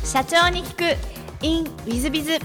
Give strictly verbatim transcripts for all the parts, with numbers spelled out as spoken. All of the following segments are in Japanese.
社長に聞く in ウィズビズ。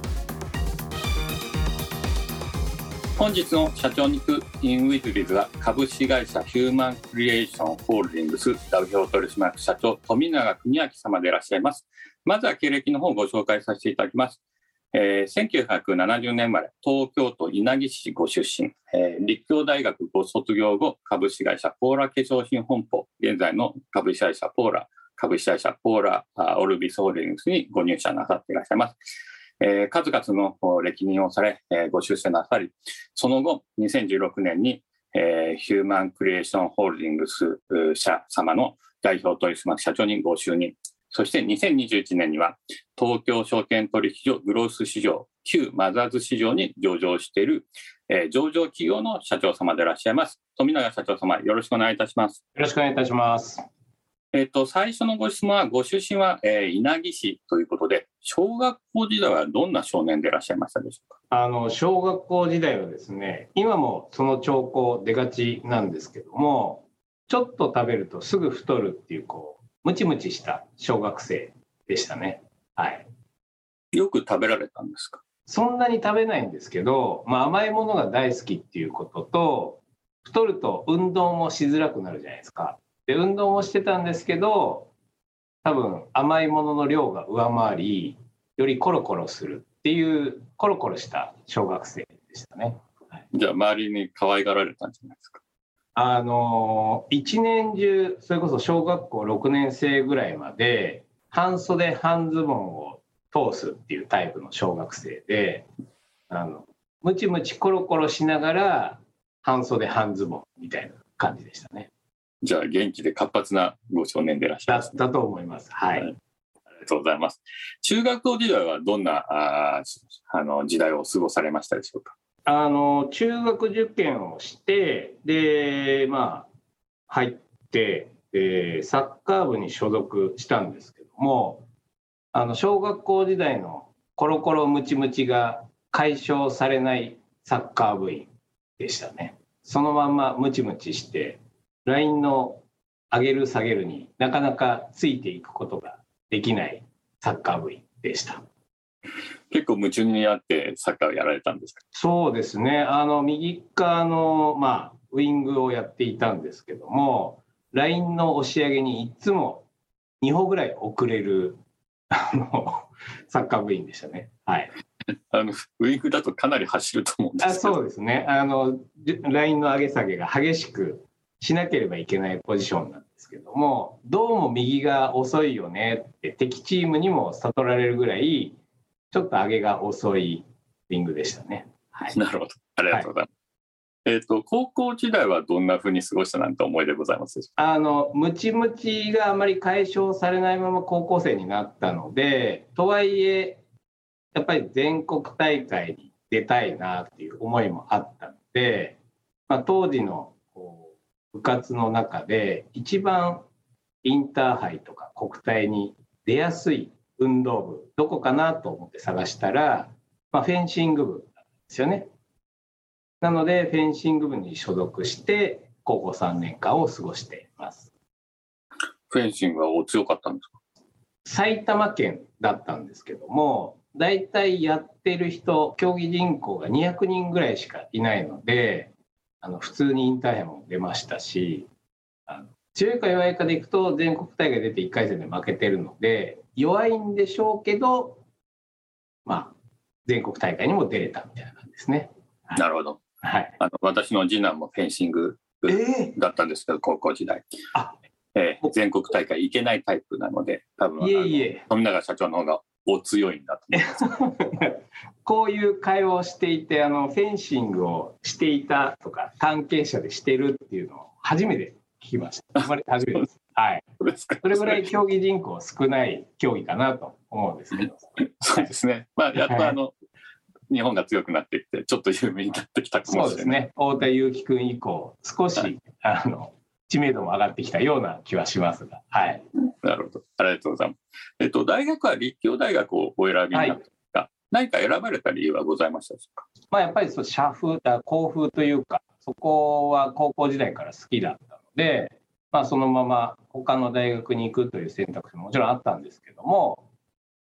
本日の社長に聞く in ウィズビズは株式会社ヒューマンクリエーションホールディングス代表取締役社長富永邦明様でいらっしゃいます。まずは経歴の方をご紹介させていただきます。えー、せんきゅうひゃくななじゅうねん生まれ、東京都稲城市ご出身、えー、立教大学ご卒業後、株式会社ポーラ化粧品本舗、現在の株式会社ポーラ、株式会社ポーラオルビスホールディングスにご入社なさっていらっしゃいます。えー、数々の歴任をされ、えー、ご出世なさり、その後にせんじゅうろくねんに、えー、ヒューマンクリエーションホールディングス社様の代表取締役社長にご就任。そしてにせんにじゅういちねんには東京証券取引所グロース市場旧マザーズ市場に上場している、えー、上場企業の社長様でいらっしゃいます。富永社長様、よろしくお願いいたします。 よろしくお願いいたします。 えっと、最初のご質問は、ご出身は、えー、稲城市ということで、小学校時代はどんな少年でいらっしゃいましたでしょうか。 あの小学校時代はですね、今もその兆候出がちなんですけども、ちょっと食べるとすぐ太るっていうこうムチムチした小学生でしたね。はい。 よく食べられたんですか。 そんなに食べないんですけど、まあ、甘いものが大好きっていうことと、太ると運動もしづらくなるじゃないですか。で運動もしてたんですけど、多分甘いものの量が上回り、よりコロコロするっていうコロコロした小学生でしたね。はい、 じゃあ周りに可愛がられたんじゃないですか。 あの一年中、それこそ小学校ろくねん生ぐらいまで半袖半ズボンを通すっていうタイプの小学生で、あのムチムチコロコロしながら半袖半ズボンみたいな感じでしたね。 じゃあ元気で活発なご少年でいらっしゃいます、ね、 だ, だと思います。はい、はい、 ありがとうございます。中学校時代はどんなああの時代を過ごされましたでしょうか。 あの中学受験をしてで、まあ、入ってでサッカー部に所属したんですけども、あの小学校時代のコロコロムチムチが解消されないサッカー部員でしたね。そのまんまムチムチしてラインの上げる下げるになかなかついていくことができないサッカー部員でした。 結構夢中にあってサッカーをやられたんですか。 そうですね、あの右側の、まあ、ウイングをやっていたんですけども、ラインの押し上げにいつもに歩ぐらい遅れるあのサッカー部員でしたね。はい、 あのウイングだとかなり走ると思うんですけど。 あ、そうですね、あのラインの上げ下げが激しくしなければいけないポジションなんですけども、どうも右が遅いよねって敵チームにも悟られるぐらいちょっと上げが遅いウイングでしたね。はい、 なるほど、ありがとうございます。はい、えーと、高校時代はどんなふうに過ごしたなんて思いでございますでしょうか。 あのムチムチがあまり解消されないまま高校生になったので、とはいえやっぱり全国大会に出たいなっていう思いもあったので、まあ、当時の部活の中で一番インターハイとか国体に出やすい運動部どこかなと思って探したら、まあ、フェンシング部なんですよね。なのでフェンシング部に所属して高校さんねんかんを過ごしています。 フェンシングはお強かったんですか。 埼玉県だったんですけども、だいたいやってる人競技人口がにひゃくにんぐらいしかいないので、あの普通にインターハイも出ましたし、あの強いか弱いかでいくと全国大会出ていっかい戦で負けてるので弱いんでしょうけど、まあ、全国大会にも出れたみたいな感じですね。 はい、なるほど。 はい、 あの私の次男もフェンシングだったんですけど、えー、高校時代あ、えー、全国大会行けないタイプなので、多分いえいえ富永社長の方がお強いんだと思いますこういう会話をしていて、あのフェンシングをしていたとか関係者でしてるっていうのを初めて聞きました。生まれて初めてです。はい。それぐらい競技人口少ない競技かなと思うんですけど。 そうですね。まあやっとあの、はい、日本が強くなってきてちょっと有名になってきたかもしれない。 そうですね。太田雄貴君以降少し、はい、あの知名度も上がってきたような気はしますが。はい。 なるほど。ありがとうございます。えっと大学は立教大学をお選びになったが、はい、何か選ばれた理由はございましたでしょうか。 まあやっぱりそう社風だ校風というか、そこは高校時代から好きだったので、まあ、そのまま他の大学に行くという選択肢ももちろんあったんですけども、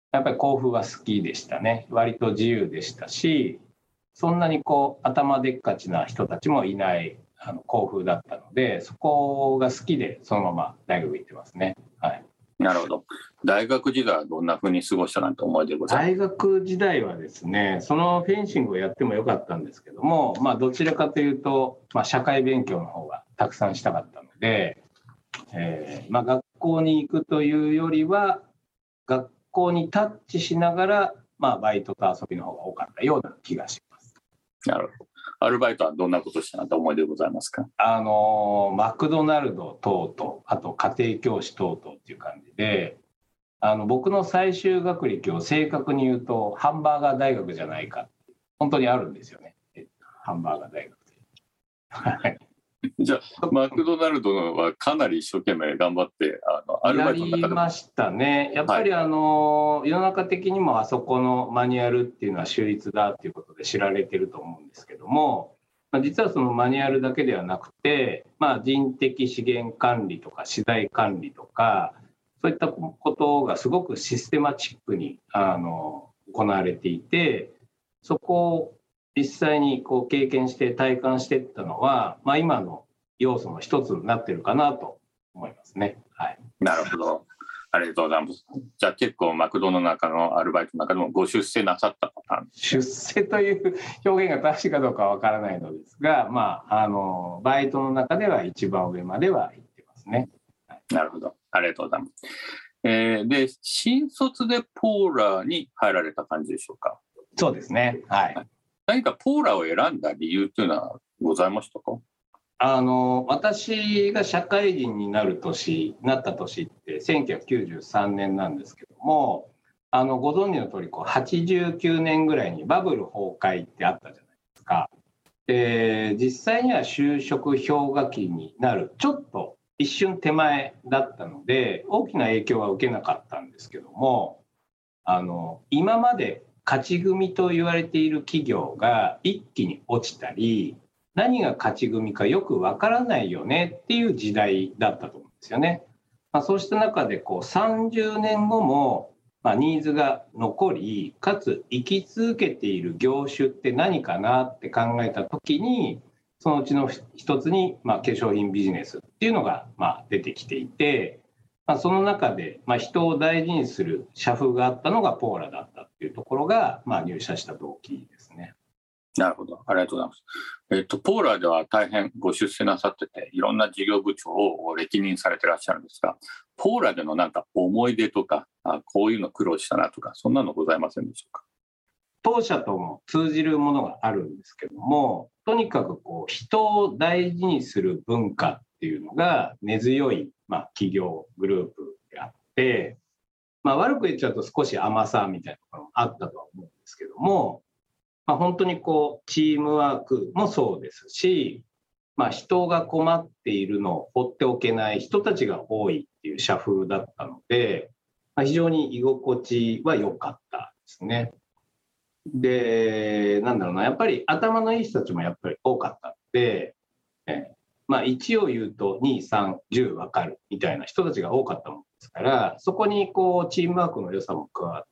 やっぱり校風は好きでしたね。割と自由でしたし、そんなにこう頭でっかちな人たちもいないあの校風だったので、そこが好きでそのまま大学行ってますね。はい。 なるほど。大学時代はどんなふうに過ごしたなんて思い出ございますか？ 大学時代はですね、そのフェンシングをやってもよかったんですけども、まあ、どちらかというと、まあ、社会勉強の方がたくさんしたかったので、えーまあ、学校に行くというよりは学校にタッチしながら、まあ、バイトと遊びの方が多かったような気がします。 なるほど。アルバイトはどんなことしたなんて思い出ございますか？ あのマクドナルド等々、あと家庭教師等々っていう感じで、あの僕の最終学歴を正確に言うとハンバーガー大学じゃないか、本当にあるんですよね、ハンバーガー大学で。 じゃあマクドナルドはかなり一生懸命頑張ってあのアルバイトの中でもやりましたね。やっぱりあの、はい、世の中的にもあそこのマニュアルっていうのは秀逸だっていうことで知られてると思うんですけども、まあ、実はそのマニュアルだけではなくて、まあ、人的資源管理とか資材管理とか、そういったことがすごくシステマチックにあの行われていて、そこを実際にこう経験して体感していったのは、まあ、今の要素の一つになってるかなと思いますね。はい。 なるほど。ありがとうございます。じゃあ結構マクドの中のアルバイトの中でもご出世なさったパターン。 出世という表現が正しいかどうかは分からないのですが、まあ、あのバイトの中では一番上までは行ってますね。 はい、なるほど。ありがとうございます。えー、で新卒でポーラに入られた感じでしょうか？ そうですね。はい。はい、 何かポーラを選んだ理由というのはございましたか？ あの私が社会人になる年なった年ってせんきゅうひゃくきゅうじゅうさんねんなんですけども、あのご存知の通りこりはちじゅうきゅうねんぐらいにバブル崩壊ってあったじゃないですか。で実際には就職氷河期になるちょっと一瞬手前だったので大きな影響は受けなかったんですけども、あの今まで勝ち組と言われている企業が一気に落ちたり、何が勝ち組かよくわからないよねっていう時代だったと思うんですよね。まあ、そうした中でこうさんじゅうねんごもまあニーズが残り、かつ生き続けている業種って何かなって考えた時に、そのうちの一つにまあ化粧品ビジネスっていうのがまあ出てきていて、まあ、その中でまあ人を大事にする社風があったのがポーラだったっていうところがまあ入社した動機ですね。 なるほど、ありがとうございます。えっと、ポーラでは大変ご出世なさってて、いろんな事業部長を歴任されてらっしゃるんですが、ポーラでのなんか思い出とか、あこういうの苦労したなとか、そんなのございませんでしょうか？ 当社とも通じるものがあるんですけども、とにかくこう人を大事にする文化っていうのが根強い、まあ、企業グループであって、まあ、悪く言っちゃうと少し甘さみたいなところもあったとは思うんですけども、まあ、本当にこうチームワークもそうですし、まあ、人が困っているのを放っておけない人たちが多いっていう社風だったので、まあ、非常に居心地は良かったですね。で、なんだろうな、やっぱり頭のいい人たちもやっぱり多かったので、えまあ、いちを言うとに、さん、じゅう分かるみたいな人たちが多かったものですから、そこにこうチームワークの良さも加わって、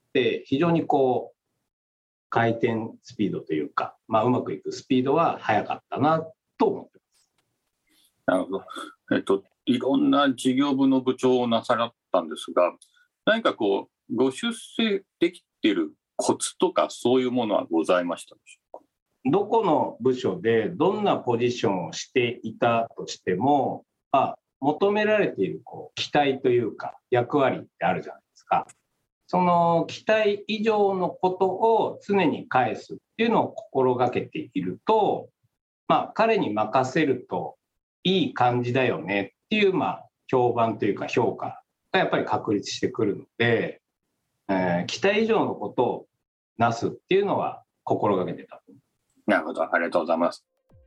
非常にこう回転スピードというか、まあ、うまくいくスピードは速かったなと思ってます。 なるほど。えっと、いろんな事業部の部長をなさったんですが、何かこうご出世できているコツとかそういうものはございましたでしょうか？ どこの部署でどんなポジションをしていたとしても、あ求められているこう期待というか役割ってあるじゃないですか。その期待以上のことを常に返すっていうのを心がけていると、まあ、彼に任せるといい感じだよねっていう、まあ、評判というか評価がやっぱり確立してくるので、えー、期待以上のことをなすっていうのは心がけてた。 なるほど、ありがとうございます。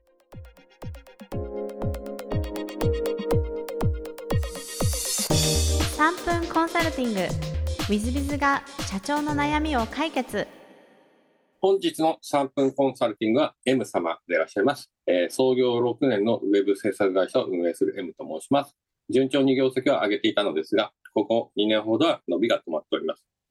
さんぷんコンサルティング ウィズビズ が社長の悩みを解決。 本日のさんぷんコンサルティングは M 様でいらっしゃいます、えー、創業ろくねんのウェブ制作会社を運営する M と申します。順調に業績を上げていたのですが、ここにねんほどは伸びが止まっております。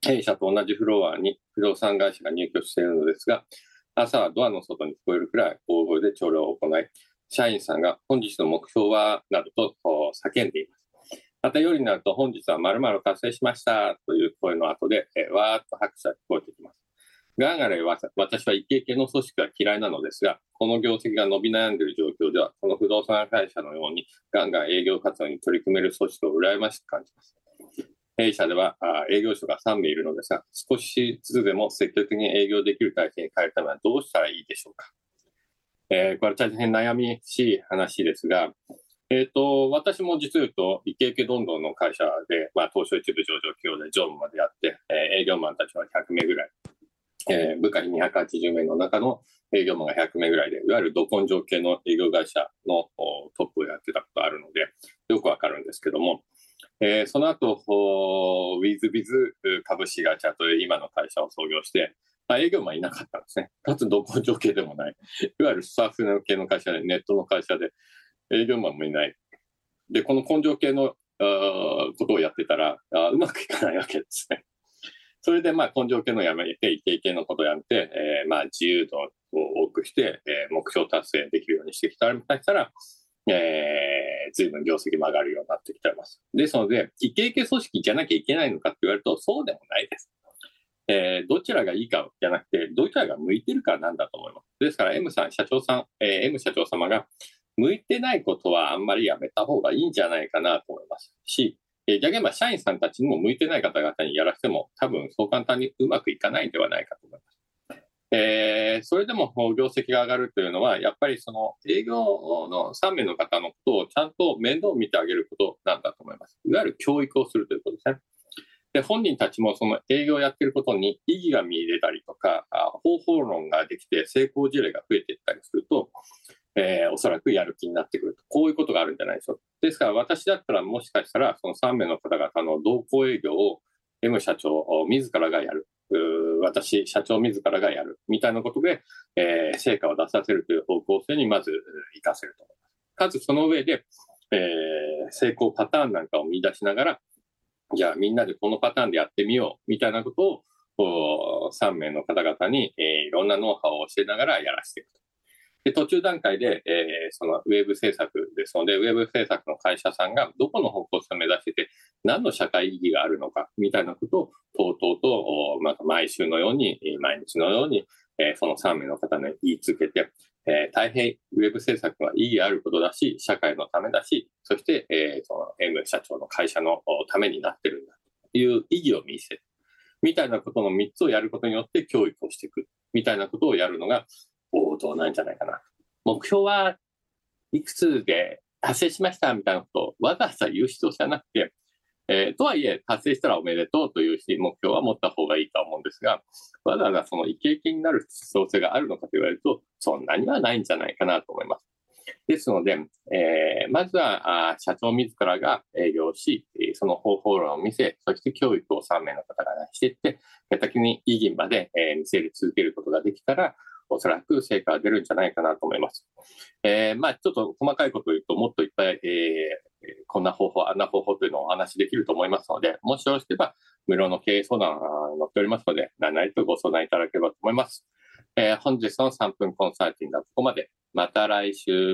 弊社と同じフロアに不動産会社が入居しているのですが、朝はドアの外に聞こえるくらい大声で朝礼を行い、社員さんが本日の目標はなどと叫んでいます。また夜になると本日は〇〇達成しましたという声の後で、えー、わーっと拍手が聞こえてきます。ガンガレは私はイケイケの組織が嫌いなのですが、この業績が伸び悩んでいる状況では、この不動産会社のようにガンガン営業活動に取り組める組織を羨ましく感じます。弊社では営業所がさんめいいるのですが、少しずつでも積極的に営業できる体制に変えるためにはどうしたらいいでしょうか。えー、これは大変悩みしい話ですが、えーと、私も実を言うと、イケイケどんどんの会社で、まあ、東証一部上場企業で常務までやって、えー、営業マンたちはひゃくめいぐらい、えー、部下にひゃくはちじゅうめいの中の営業マンがひゃくめいぐらいで、いわゆるど根性系の営業会社のトップをやってたことあるので、よくわかるんですけども、えー、その後、ウィズビズ株式会社という今の会社を創業して、まあ、営業マンいなかったんですね。かつど根性系でもない。いわゆるスタッフ系の会社で、ネットの会社で、営業マンもいない。で、この根性系のことをやってたらあ、うまくいかないわけですね。それで、まあ、根性系のやめて、イケイケのことをやめて、えー、まあ、自由度を多くして、えー、目標達成できるようにしてきたら、えー、随分業績も上がるようになってきています。ですので、イケイケ組織じゃなきゃいけないのかって言われると、そうでもないです。えー、どちらがいいかじゃなくて、どちらが向いてるかなんだと思います。ですから、M さん、社長さん、えー、M 社長様が、向いてないことはあんまりやめた方がいいんじゃないかなと思いますし、えー、逆に言えば社員さんたちにも向いてない方々にやらせても、多分そう簡単にうまくいかないんではないかと思います。えー、それでも業績が上がるというのは、やっぱりその営業のさんめいの方のことをちゃんと面倒を見てあげることなんだと思います。いわゆる教育をするということですね。で、本人たちもその営業をやっていることに意義が見入れたりとか、方法論ができて成功事例が増えていったりすると、えー、おそらくやる気になってくると。こういうことがあるんじゃないでしょうか。ですから私だったらもしかしたらそのさんめいの方々の同行営業を M 社長自らがやる。私、社長自らがやるみたいなことで、えー、成果を出させるという方向性にまず活かせると思います。かつその上で、えー、成功パターンなんかを見出しながら、じゃあみんなでこのパターンでやってみようみたいなことをさんめいの方々に、えー、いろんなノウハウを教えながらやらせていくと。で途中段階で、えー、そのウェブ制作ですので、ウェブ制作の会社さんがどこの方向性を目指してて、何の社会意義があるのかみたいなことを、とうとうと、また毎週のように、毎日のように、えー、そのさんめいの方に言い続けて、えー、大変ウェブ制作は意義あることだし、社会のためだし、そして、えー、その M 社長の会社のためになってるんだという意義を見せる。みたいなことのみっつをやることによって教育をしていく。みたいなことをやるのが、王道なんじゃないかな。目標はいくつで達成しましたみたいなことをわざわざ言う必要じゃなくて、えー、とはいえ達成したらおめでとうという目標は持った方がいいと思うんですが、わざわざそのイケイケになる必要性があるのかと言われると、そんなにはないんじゃないかなと思います。ですので、えー、まずはあ社長自らが営業し、その方法論を見せ、そして教育をさんめいの方がしていって、結果的に意義まで、えー、見せ続けることができたら、おそらく成果が出るんじゃないかなと思います。えー、まあちょっと細かいことを言うともっといっぱい、えー、こんな方法、あんな方法というのをお話しできると思いますので、もしよろしければ無料の経営相談が載っておりますので、何々とご相談いただければと思います。えー、本日のさんぷんコンサルティングはここまで。また来週。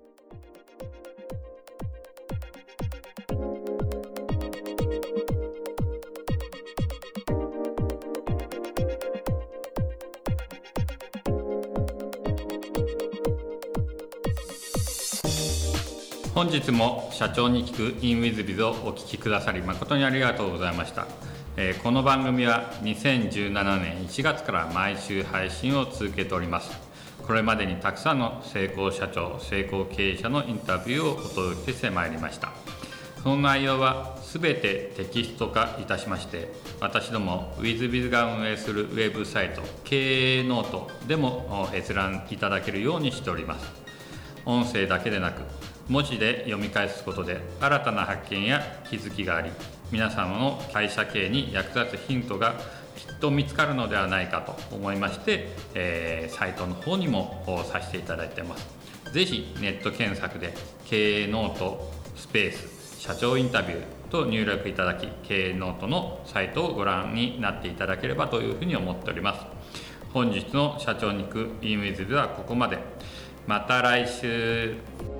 本日も社長に聞く インウィズビズ をお聞きくださり誠にありがとうございました。えー、この番組はにせんじゅうななねんいちがつから毎週配信を続けております。これまでにたくさんの成功社長、成功経営者のインタビューをお届けしてまいりました。その内容はすべてテキスト化いたしまして、私ども ウィズビズ が運営するウェブサイト経営ノートでも閲覧いただけるようにしております。音声だけでなく文字で読み返すことで新たな発見や気づきがあり、皆様の会社経営に役立つヒントがきっと見つかるのではないかと思いまして、えー、サイトの方にもさせていただいています。ぜひネット検索で経営ノートスペース社長インタビューと入力いただき、経営ノートのサイトをご覧になっていただければというふうに思っております。本日の社長に行く インウィズではここまで。また来週。